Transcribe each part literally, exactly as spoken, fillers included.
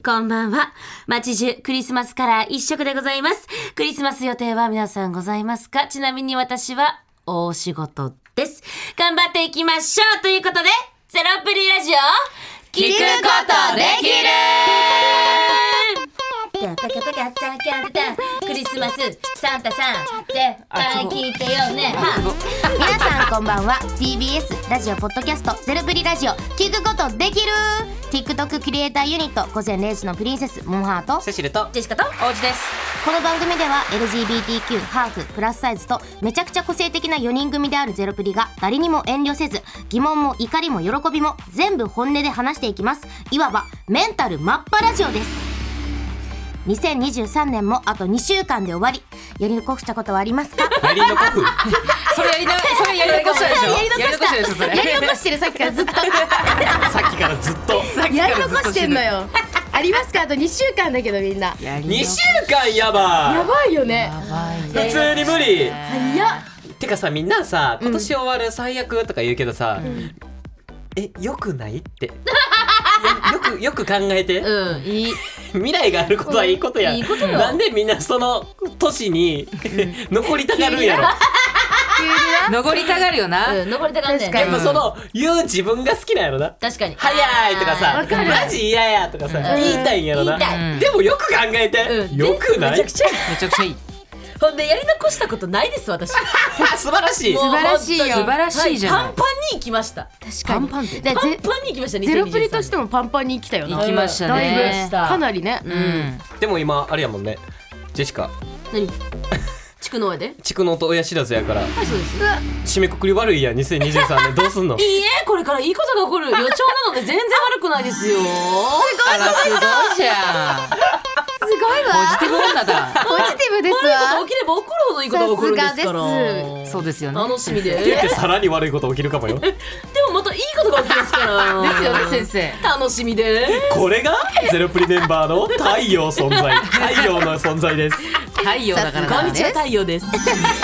こんばんは。街中クリスマスカラー一色でございます。クリスマス予定は皆さんございますか？ちなみに私は大仕事です。頑張っていきましょうということで、ゼロプリラジオ聞くことできるクリスマスサンタさん絶対聞いてよね。 皆さんこんばんは。 ティービーエス ラジオポッドキャストゼロプリラジオ聞くことできる TikTok クリエイターユニット午前零時のプリンセスモンハートセシルとジェシカと王子です。 この番組では エルジービーティーキュー ハーフプラスサイズとめちゃくちゃ個性的なよにん組であるゼロプリが誰にも遠慮せず疑問も怒りも喜びも全部本音で話していきます。いわばメンタルマッパラジオです。にせんにじゅうさんねんもあとにしゅうかんで終わり、やり残したことはありますか？ やり残すそれやりなそれやり残したでしょ。 やり残したやり残したでしょそれ。 やり残してるさっきからずっとさっきからずっとやり残してんのよ。ありますか？あとにしゅうかんだけどみんなやりにしゅうかんやばいやばいよね。 普通に無理。 早っ。 てかさ、みんなさ今年終わる最悪とか言うけどさ、うん、えよくないってよ, よくよく考えて、 うん、いい未来があることはいいことや、 うん、いいことよ。 なんでみんなその年に残りたがるんやろ。 残りたがるよな、 うん、残りたがるね。 やっぱその言う自分が好きなんやろな。 確かに早いとかさマジ嫌やとかさ、うん、言いたいんやろな、 うん、 でもよく考えて、うん、よくない？ めちゃくちゃめちゃくちゃいい。 ほんでやり残したことないです私。 素晴らしい素晴らしいよ。 素晴らしいじゃない、 はい、パンパンに行きました。 確かにパンパンってでパンパンに行きましたね。 ゼロプリとしてもパンパンに来たよな。 行きましたね。 だいぶかなりね、 うん、 でも今あれやもんね、ジェシカ何蓄能やで蓄能と親知らずやから。 はいそうです。 締めくくり悪いやんにせんにじゅうさんねんどうすんの？ いいえ、これからいいことが起こる予兆なので全然悪くないですよ。すごいあらすごいじゃん。 すごいわ。 ポジティブ女だ。 ポジティブですわ。 悪いこと起きれば起こるほどいいことが起こるんですから。 さすそうですよね。 楽しみで。 言ってさらに悪いこと起きるかもよ。 でもまたいいことが起きますからですよね先生。 楽しみで。 これがゼロプリメンバーの太陽存在。太陽の存在です。 太陽だからこんな。 にちは太陽です。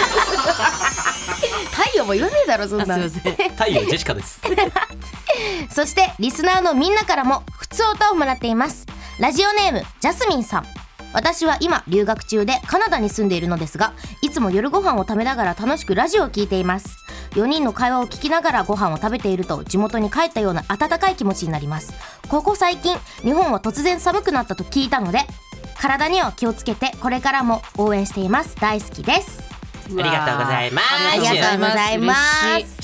太陽も言わねえだろそんな。 すいません。 太陽ジェシカです。 そしてリスナーのみんなからもふつおたをもらっています。ラジオネームジャスミンさん。私は今留学中でカナダに住んでいるのですが、いつも夜ご飯を食べながら楽しくラジオを聞いています。よにんの会話を聞きながらご飯を食べていると地元に帰ったような温かい気持ちになります。ここ最近日本は突然寒くなったと聞いたので、体には気をつけてこれからも応援しています。大好きです。 ありがとうございます。 ありがとうございます。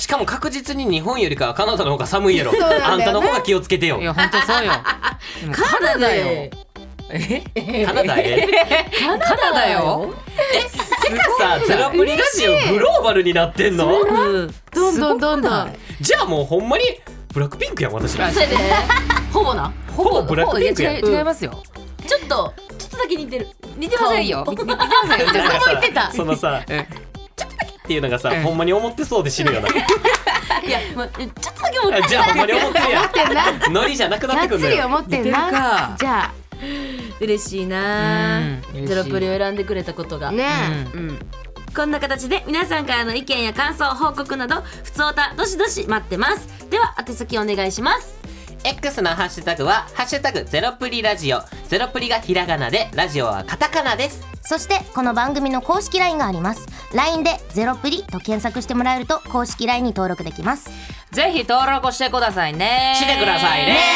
しかも確実に日本よりかはカナダの方が寒いやろ。あんたの方が気をつけてよ。 いや本当そうよ。 カナダよ。 えカナダへカナダだよ。 えてかさ、ゼロプリラジオグローバルになってんの？ うん、 どんどんどんどん。 じゃあもうほんまにブラックピンクやん私ら。 それでほぼなほぼブラックピンクやん。 違いますよ。 ちょっとちょっとだけ似てる。 似てませんよ。似てませんよ。 そのさ言ってたそのさちょっとだけっていうのがさ、ほんまに思ってそうで死ぬよな。 いや、ま、ちょっとだけ思ってじゃあほんまに思ってるやん。ノリじゃなくなってくんだよ。 がっつり思ってんな。じゃあ嬉しいな、 うん、 ゼロプリを選んでくれたことがねえ、うんうん、こんな形で皆さんからの意見や感想報告などふつおたどしどし待ってます。では宛先お願いします。 X のハッシュタグはハッシュタグゼロプリラジオ。ゼロプリがひらがなでラジオはカタカナです。 そしてこの番組の公式 ライン があります。 ライン でゼロプリと検索してもらえると公式 ライン に登録できます。 ぜひ登録してくださいね。 してくださいね。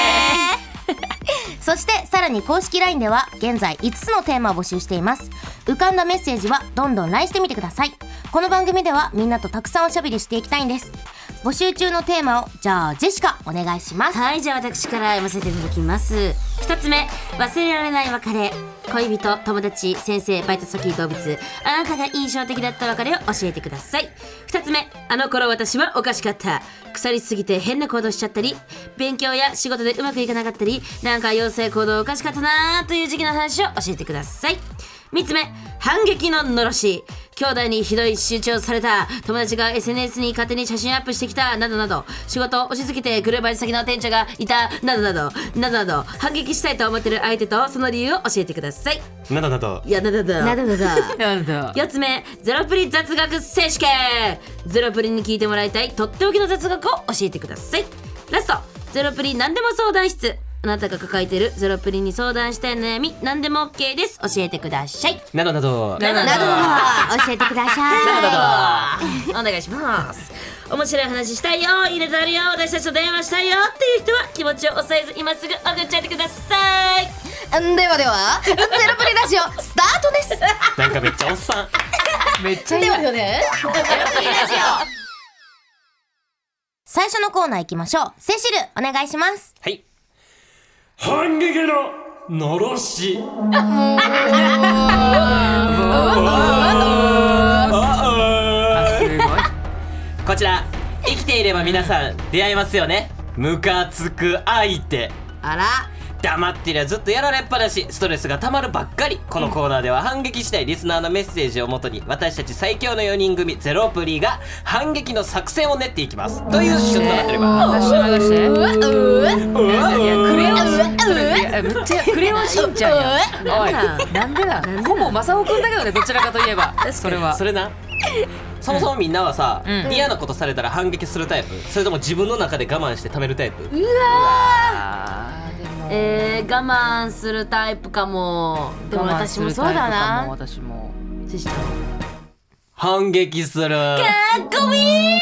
そしてさらに公式 ライン では現在いつつのテーマを募集しています。浮かんだメッセージはどんどん ライン してみてください。この番組ではみんなとたくさんおしゃべりしていきたいんです。募集中のテーマをじゃあジェシカお願いします。 はい、じゃあ私から読ませていただきます。一つ目、忘れられない別れ。恋人、友達、先生、バイト先、動物、あなたが印象的だった別れを教えてください。二つ目、あの頃私はおかしかった。腐りすぎて変な行動しちゃったり、勉強や仕事でうまくいかなかったり、なんか養成行動おかしかったなーという時期の話を教えてください。三つ目、反撃ののろし。兄弟にひどい仕打ちをされた、友達が エスエヌエス に勝手に写真アップしてきた、などなど、仕事を押し付けてくるバイト先の店長がいた、などなどなどなど、反撃したいと思ってる相手とその理由を教えてください。 などなどいやなどなどなどなどなんだ。 よっつめ、ゼロプリ雑学選手権。ゼロプリに聞いてもらいたいとっておきの雑学を教えてください。ラスト、ゼロプリ何でも相談室。 あなたが抱えているゼロプリに相談したい悩み何でも OK です。教えてください。 などなどなどなど教えてくださなどなどお願いします。面白い話したいよ、いいネタあるよ、私たちと電話したいよっていう人は気持ちを抑えず今すぐ送っちゃってください。 い。ではではゼロプリラジオスタートです。 なんかめっちゃおっさんめっちゃいいではではねゼロプリラジオ最初のコーナー行きましょう。セシルお願いします。 はい。反撃ののろし。こちら生きていれば皆さん出会いますよね。ムカつく相手。 あら黙ってりゃずっとやられっぱなし、ストレスがたまるばっかり。このコーナーでは反撃したいリスナーのメッセージをもとに私たち最強のよにん組ゼロプリが反撃の作戦を練っていきますという仕組みとなっております。 流してうわうわいやクレヨンしんちゃんいやめっちゃクレヨンしんちゃんやおいなんでだほぼマサオくんだけどね、どちらかといえばそれはそれな。そもそもみんなはさ、 うん、 嫌なことされたら反撃するタイプ、それとも自分の中で我慢して貯めるタイプ？ うわー、でもえー、我慢するタイプかも。でも私もそうだな。 私も反撃する。かっこいい。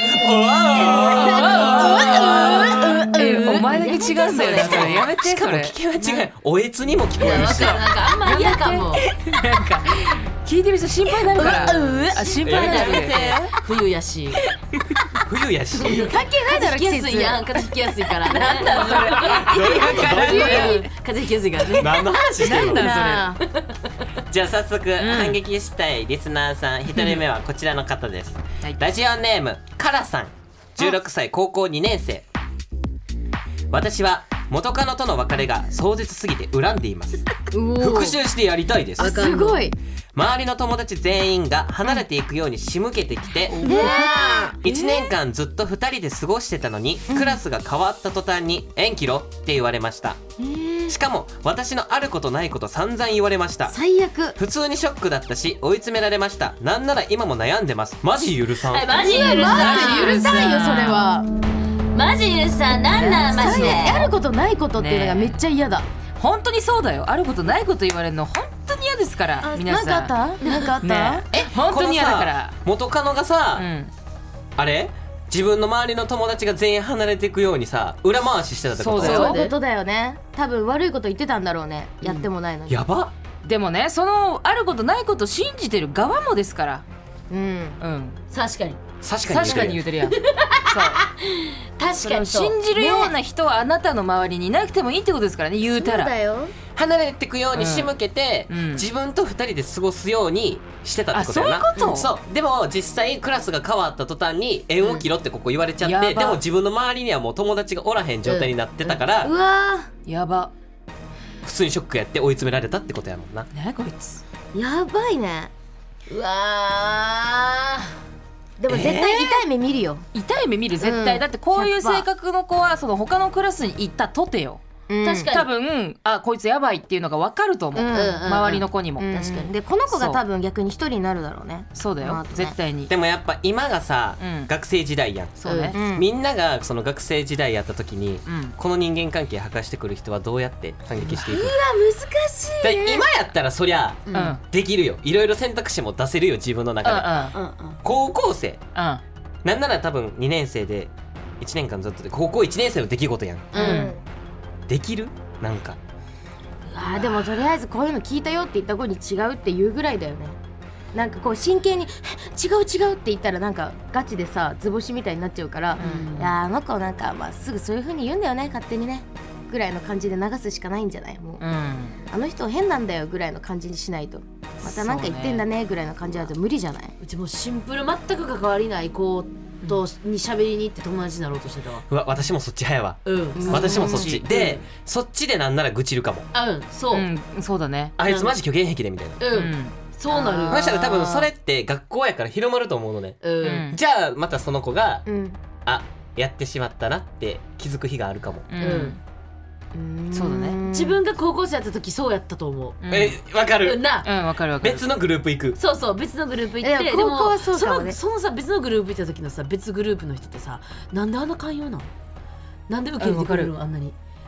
え、お前だけ違うんだよね。それやめて。 しかも聞けは違う。おえつにも聞こえるし。 なんかあんま嫌かも。 なんか聞いてる人心配になるから。あ、心配になる。 冬やし。 冬やし。 関係ないだろ、 風邪ひきやすいやん。風邪ひきやすいからね。 なんだそれ。 風邪ひきやすいからね。 何の話してるの？ なんそれ。 じゃあ早速、反撃したいリスナーさんひとりめはこちらの方です。ラジオネームカラさん、じゅうろくさい高校にねん生。私は元カノとの別れが壮絶すぎて恨んでいます。復讐してやりたいです。 すごい。 周りの友達全員が離れていくように仕向けてきて、いちねんかんずっとふたりで過ごしてたのに、クラスが変わった途端に縁切ろって言われました。しかも私のあることないこと散々言われました。 最悪。 普通にショックだったし追い詰められました。なんなら今も悩んでます。マジ許さん。 はい、マジ許さん。 許さんよそれは。 マジ許さん。なんなんマジで。 あることないことっていうのがめっちゃ嫌だ。 本当にそうだよ。あることないこと言われるの本当に嫌ですから。皆さん。 なんかあった？なんかあった？ ねえ、本当に嫌だから。 元カノがさ、 うん、 あれ自分の周りの友達が全員離れていくようにさ裏回ししてたってこと？ そういうことだよね。多分悪いこと言ってたんだろうね。やってもないのに。 やば。 でもね、そのあることないこと信じてる側もですから。 うんうん。 確かに。 確かに確かに言うてるやん。そう。 確かにそう。 信じるような人はあなたの周りにいなくてもいいってことですからね。言うたら。 そうだよ。 離れていくように仕向けて、 うん、 自分とふたりで過ごすようにしてたってことやな。 あ、そういうこと？ そう。でも実際クラスが変わった途端に縁を切ろってここ言われちゃって、 うん、 でも自分の周りにはもう友達がおらへん状態になってたから、 うんうん、うわやば。 普通にショックやって追い詰められたってことやもんな。 ねこいつ。 やばいね。 うわでも絶対痛い目見るよ。 えー、痛い目見る絶対、うん、だってこういう性格の子はその他のクラスに行ったとてよ。 うん、 確かに多分あこいつやばいっていうのが分かると思う、うん、周りの子にも、 うん、 確かに。 でこの子が多分逆に一人になるだろうね。 そうだよ、ね、絶対に。 でもやっぱ今がさ、うん、学生時代やん。 そうね、 うん、 みんながその学生時代やった時に、 うん、 この人間関係破壊してくる人はどうやって反撃していく？ うわ難しい、ね、 だ今やったらそりゃ、うん、できるよ。いろいろ選択肢も出せるよ自分の中で、 うんうん、 高校生、 うん、 なんなら多分にねん生でいちねんかんずっとで高校いちねん生の出来事やん、 うん、 できる？なんかあでもとりあえずこういうの聞いたよって言った子に違うって言うぐらいだよね。なんかこう真剣に違う違うって言ったらなんかガチでさ図星みたいになっちゃうから、うん、いやあの子なんかまあすぐそういう風に言うんだよね勝手にねぐらいの感じで流すしかないんじゃない？もう、うん、あの人変なんだよぐらいの感じにしないと、またなんか言ってんだねぐらいの感じだと無理じゃない？ うちもシンプル全く関わりない子とに喋りに行って友達になろうとしてたわ。 うわ私もそっち早いわ、 うん、 私もそっちで、うん、そっちでなんなら愚痴るかも。 あうんそう、うん、 そうだね。 あいつマジ虚言癖でみたいな、 うん、うん、そうなる。 そしたら多分それって学校やから広まると思うのね、うん、じゃあまたその子が、うん、あやってしまったなって気づく日があるかも、 うんうんそうだね。 自分が高校生やった時そうやったと思う、 うん、えわかる、 うん、な、 うん、わかるわかる。 別のグループ行く。 そうそう別のグループ行って、 でも高校はそうかもね。 そのそのさ別のグループ行った時のさ別グループの人ってさなんであんな寛容なの？なんで受け入れてくれるの？あんなに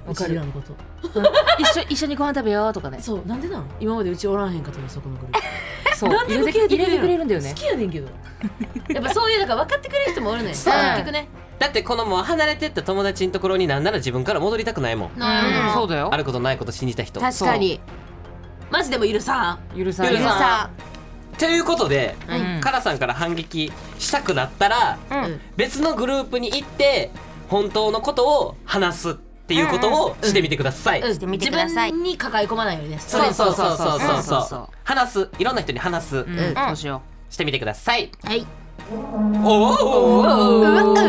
うちらのこと一緒一緒にご飯食べようとかね。 そうなんでなん今までうちおらんへんかったのそこのグループそうなんでも入れて受け入れて入れてくれるんだよね好。きやねんけどやっぱそういうだから分かってくれる人もおるのよそう結局ねだってこのもう離れてった友達のところになんなら自分から戻りたくないもん。 うんそうだよあることないこと信じた人。 確かにマジでも許さん許される許さんさということで、 うんカラさんから反撃したくなったら、 うん別のグループに行って本当のことを話すっていうことをしてみてください。 うんしてみてください自分に抱え込まないようにねストそうレスをそうそうそうそうそうそそうう話すいろんな人に話す、 うんうんそうしよしてみてください。 はいおおううう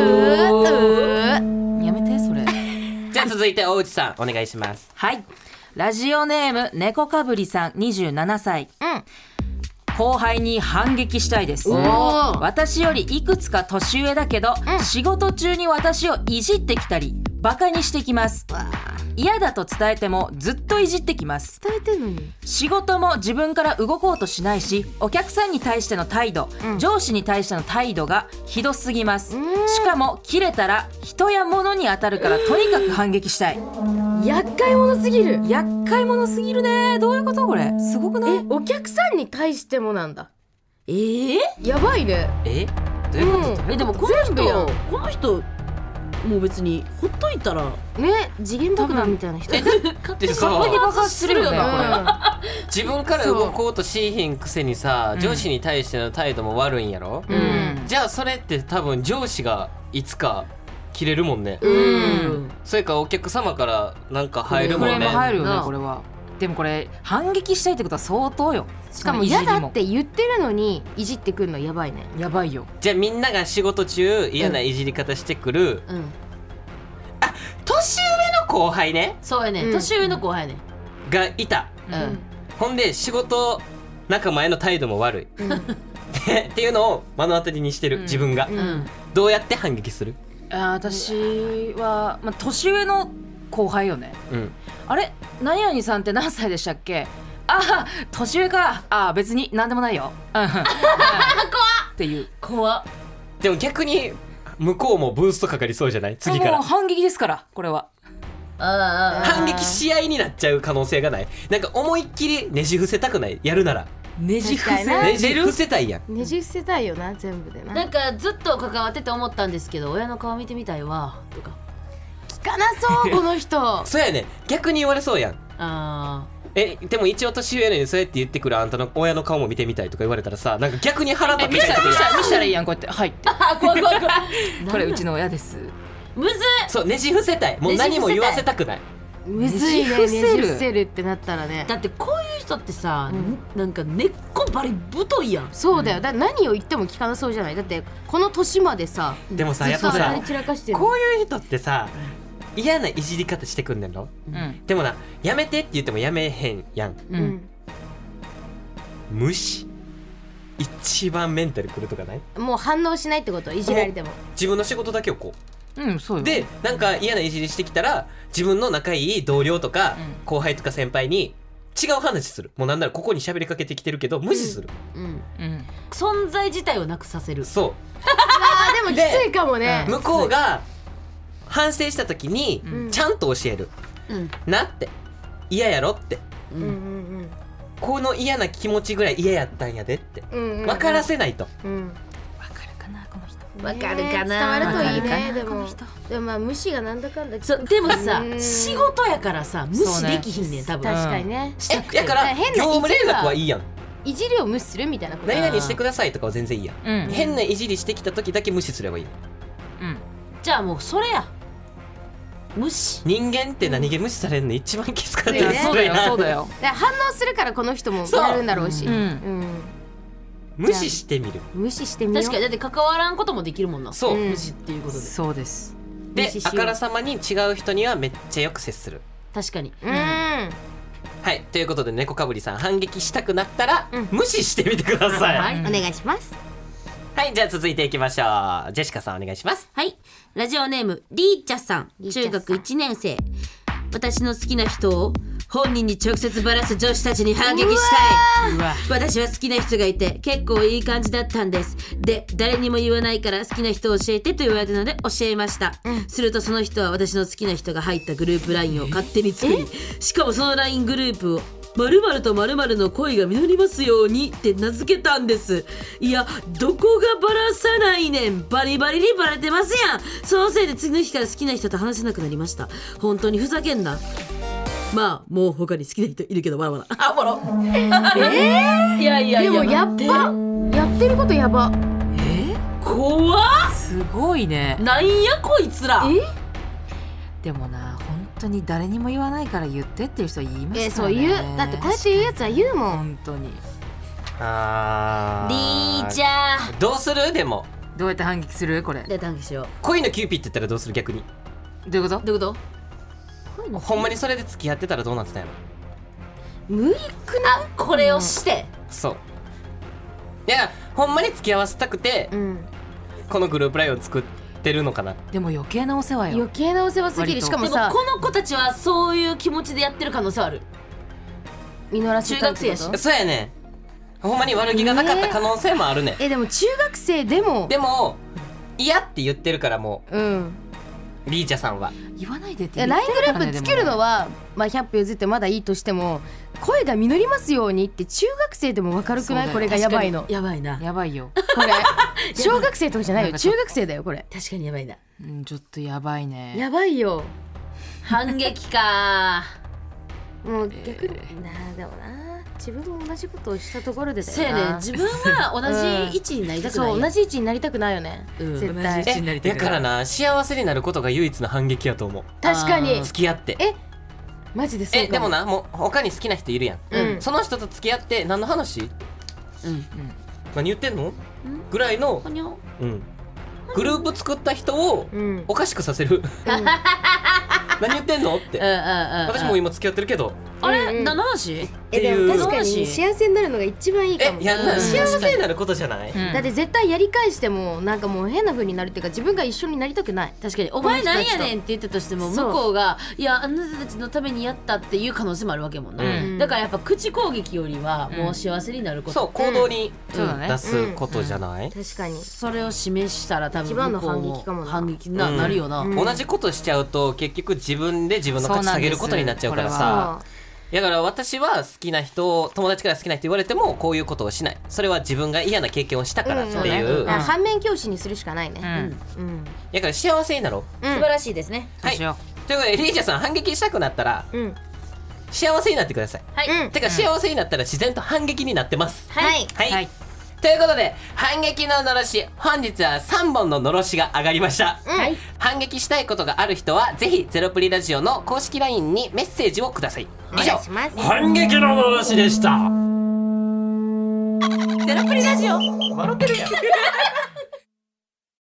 う。やめてそれ。 じゃあ続いて大内さんお願いします。 はい。ラジオネーム猫かぶりさんにじゅうななさい。 うん後輩に反撃したいです。 おー私よりいくつか年上だけど、 うん仕事中に私をいじってきたりバカにしてきます。嫌だと伝えてもずっといじってきます。 伝えてんのに仕事も自分から動こうとしないし、お客さんに対しての態度、 うん上司に対しての態度がひどすぎます。 うんしかも切れたら人や物に当たるからとにかく反撃したい。 厄介者すぎる厄介者すぎるね。どういうことこれすごくない？ えお客さんに対してもなんだえー、 やばいねえどういうこと、 うんえでもこの人全部やんこの人もう別にほっといたらね次元爆弾みたいな人え勝手にそう勝手に爆発するよねうんこれ。 自分から動こうとしひんくせにさ、上司に対しての態度も悪いんやろ、 うんじゃあそれって多分上司がいつか切れるもんね、 うんそれからお客様からなんか入るクレームもんね。 入るよねなあこれは。でもこれ反撃したいってことは相当よ。 しかもいじり嫌だって言ってるのにいじってくるのやばいねやばいよ。 じゃあみんなが仕事中嫌ないじり方してくる、 うん年上の後輩ねそうやね、 うん年上の後輩ねがいた。 うん、 ほんで仕事仲間への態度も悪いうんっていうのを目の当たりにしてる、 うん自分が、 うんうんどうやって反撃する？ あー私は、まあ、年上の後輩よね。 うんあれ何々さんって何歳でしたっけ？ああ年上か。ああ別に何でもないよ。うん怖っっていう。 怖っでも逆に向こうもブーストかかりそうじゃない？次からもう反撃ですからこれは。 あーあーあー反撃し合いになっちゃう可能性がない？なんか思いっきりねじ伏せたくない？やるならねじ伏せ確かになねじ伏せたいやん。 ねじ伏せたいよな全部でななんかずっと関わってて思ったんですけど親の顔見てみたいわとか聞かなそうこの人そうやね、逆に言われそうやん。 あえでも一応年上やのにそうやって言ってくるあんたの親の顔も見てみたいとか言われたらさ、なんか逆に腹立って見したらきた見したら見したらいいやんこうやってはいってあ怖い怖い怖いこれうちの親です。 むずっそうねじ伏せたい。もう何も言わせたくない。 むずいねねじねじ伏せる伏せるってなったらねだってこういう人ってさ、 うんなんか根っこバリ太いやんそうだよだから何を言っても聞かなそうじゃない。だってこの年までさでもさずやっぱさっと当たり散らかしてるこういう人ってさ嫌ないじり方してくんねんろ。 うんでもなやめてって言ってもやめへんやん。 ううんん無視一番メンタルくるとかない？ もう反応しないってこといじられても自分の仕事だけをこうんそうよ。 うでなんか嫌ないじりしてきたら自分の仲いい同僚とかうん後輩とか先輩に違う話する。もうなんならここに喋りかけてきてるけど無視する、 うんうん存在自体をなくさせるそあーでもきついかもねう向こうが反省した時にうんちゃんと教える、 うんなって嫌やろってううんんこの嫌な気持ちぐらい嫌やったんやでってうんうんうん分からせないと、 うんわかるかなこの人。 わかるかなね伝わるといいわかるかなねでもこの人でもまあ無視がなんだかんだそうでもさうん仕事やからさ無視できひんねん多分確かにねえやから変な業務連絡はいいやん。 いじりを無視するみたいなこと何々してくださいとかは全然いいやん、 うん変ないじりしてきた時だけ無視すればいい。 うんじゃあもうそれや無視人間って何気無視されるの一番きつかったりうんすそうだよるやん。 そうだよ。 だから反応するからこの人もそうやるんだろうしうんうん無視してみる。 無視してみよう確かにだって関わらんこともできるもんなそう、 うん無視っていうことでそうです。 で無視しようあからさまに違う人にはめっちゃよく接する。 確かにうんはいということで猫かぶりさん反撃したくなったら、 うん無視してみてください。 ははいい、 お願いしますじゃあ続いていきましょう。ジェシカさんお願いします。 はいラジオネームリーチャさんリーチャさん中学いちねん生私の好きな人を本人に直接バラす女子たちに反撃したい。 うわ私は好きな人がいて結構いい感じだったんです。で誰にも言わないから好きな人を教えてと言われたので教えました、うん、するとその人は私の好きな人が入ったグループ ライン を勝手に作り、しかもその ライン グループを〇〇と〇〇の恋が実りますようにって名付けたんです。いやどこがバラさないねん、バリバリにバレてますやん。そのせいで次の日から好きな人と話せなくなりました。本当にふざけんな。まあもう他に好きな人いるけどわらわらあおもろえー、 いやいやいやでもやっばやってることやば。 え怖っすごいね。 なんやこいつら。 えでもな本当に誰にも言わないから言ってっていう人言いますからね。 えそう言う。だってこうやって言うやつは言うもん。 本当に。 ありーちゃんどうする？でもどうやって反撃するこれ。 で短期しよ恋のキューピッドって言ったらどうする？逆にどういうこと？ う。どういうこと？ ほんまにそれで付き合ってたらどうなってたんやろ？ 無理くなあこれをして、 そういやほんまに付き合わせたくて、 い。うんこのグループラインを作ってるのかな。 でも余計なお世話よ。 余計なお世話すぎる。 割とでもしかもさこの子たちはそういう気持ちでやってる可能性はある。 実らせたいってこと。 中学生やしそうやねほんまに悪気がなかった可能性もあるね、 えでも中学生でもでも嫌って言ってるからもうんうリーチャさんは言わないでっていや言っライン グルてるからね。 ープつけるのは、まあ、ひゃっぽ譲ってまだいいとしても声が実りますようにって中学生でも分かるくない？ そうだよこれがやばいの。 やばいな。 やばいよ。 これ小学生とかじゃないよなんかちょ中学生だよこれ。 確かにやばいな。 うんちょっとやばいね。 やばいよ。 反撃かもう逆に、なあでもな自分も同じことをしたところでだよそうやねな。 自分は同じ位置になりたくないよ。 そう同じ位置になりたくないよね、 うん絶同じ位対置になりたいだからな幸せになることが唯一の反撃やと思う。 確かに。 付き合ってえマジでそうかえでもなもう他に好きな人いるやん、 うんその人と付き合って何の話うん何言ってんのぐらいのほ、にょうん、グループ作った人をうんおかしくさせる何言ってんのってうんうんうん私もう今付き合ってるけどあれ、 うんうん何の話？ えでも確かに話幸せになるのが一番いいかも。 えいやうん幸せになることじゃない、 うんだって絶対やり返してもなんかもう変な風になるっていうか自分が一緒になりたくない。 確かにお前なんやねんって言ったとしても向そうこうがいやあなたたちのためにやったっていう可能性もあるわけもんな、 うんだからやっぱ口攻撃よりはもう幸せになること、 そう行動に、 そうだね出すことじゃない、 確かに。 それを示したら多分一番の向こう反撃かもな反撃な,、 うんなるよな、 うん同じことしちゃうと結局自分で自分の価値下げることになっちゃうからそうさだから私は好きな人友達から好きな人言われてもこういうことをしない。それは自分が嫌な経験をしたからっていう、 うん、だから反面教師にするしかないね。 うんうんだから幸せになろう、 うん素晴らしいですね。 はいどうしよということでリーチャさん反撃したくなったらうん幸せになってください。 はい、 うんてか幸せになったら自然と反撃になってます。 はいはい、 はいということで反撃ののろし本日はさんぼんののろしが上がりました、 はい反撃したいことがある人はぜひゼロプリラジオの公式 ライン にメッセージをください。以上お願いします。 反撃ののろしでした。 ゼロプリラジオ笑ってるやん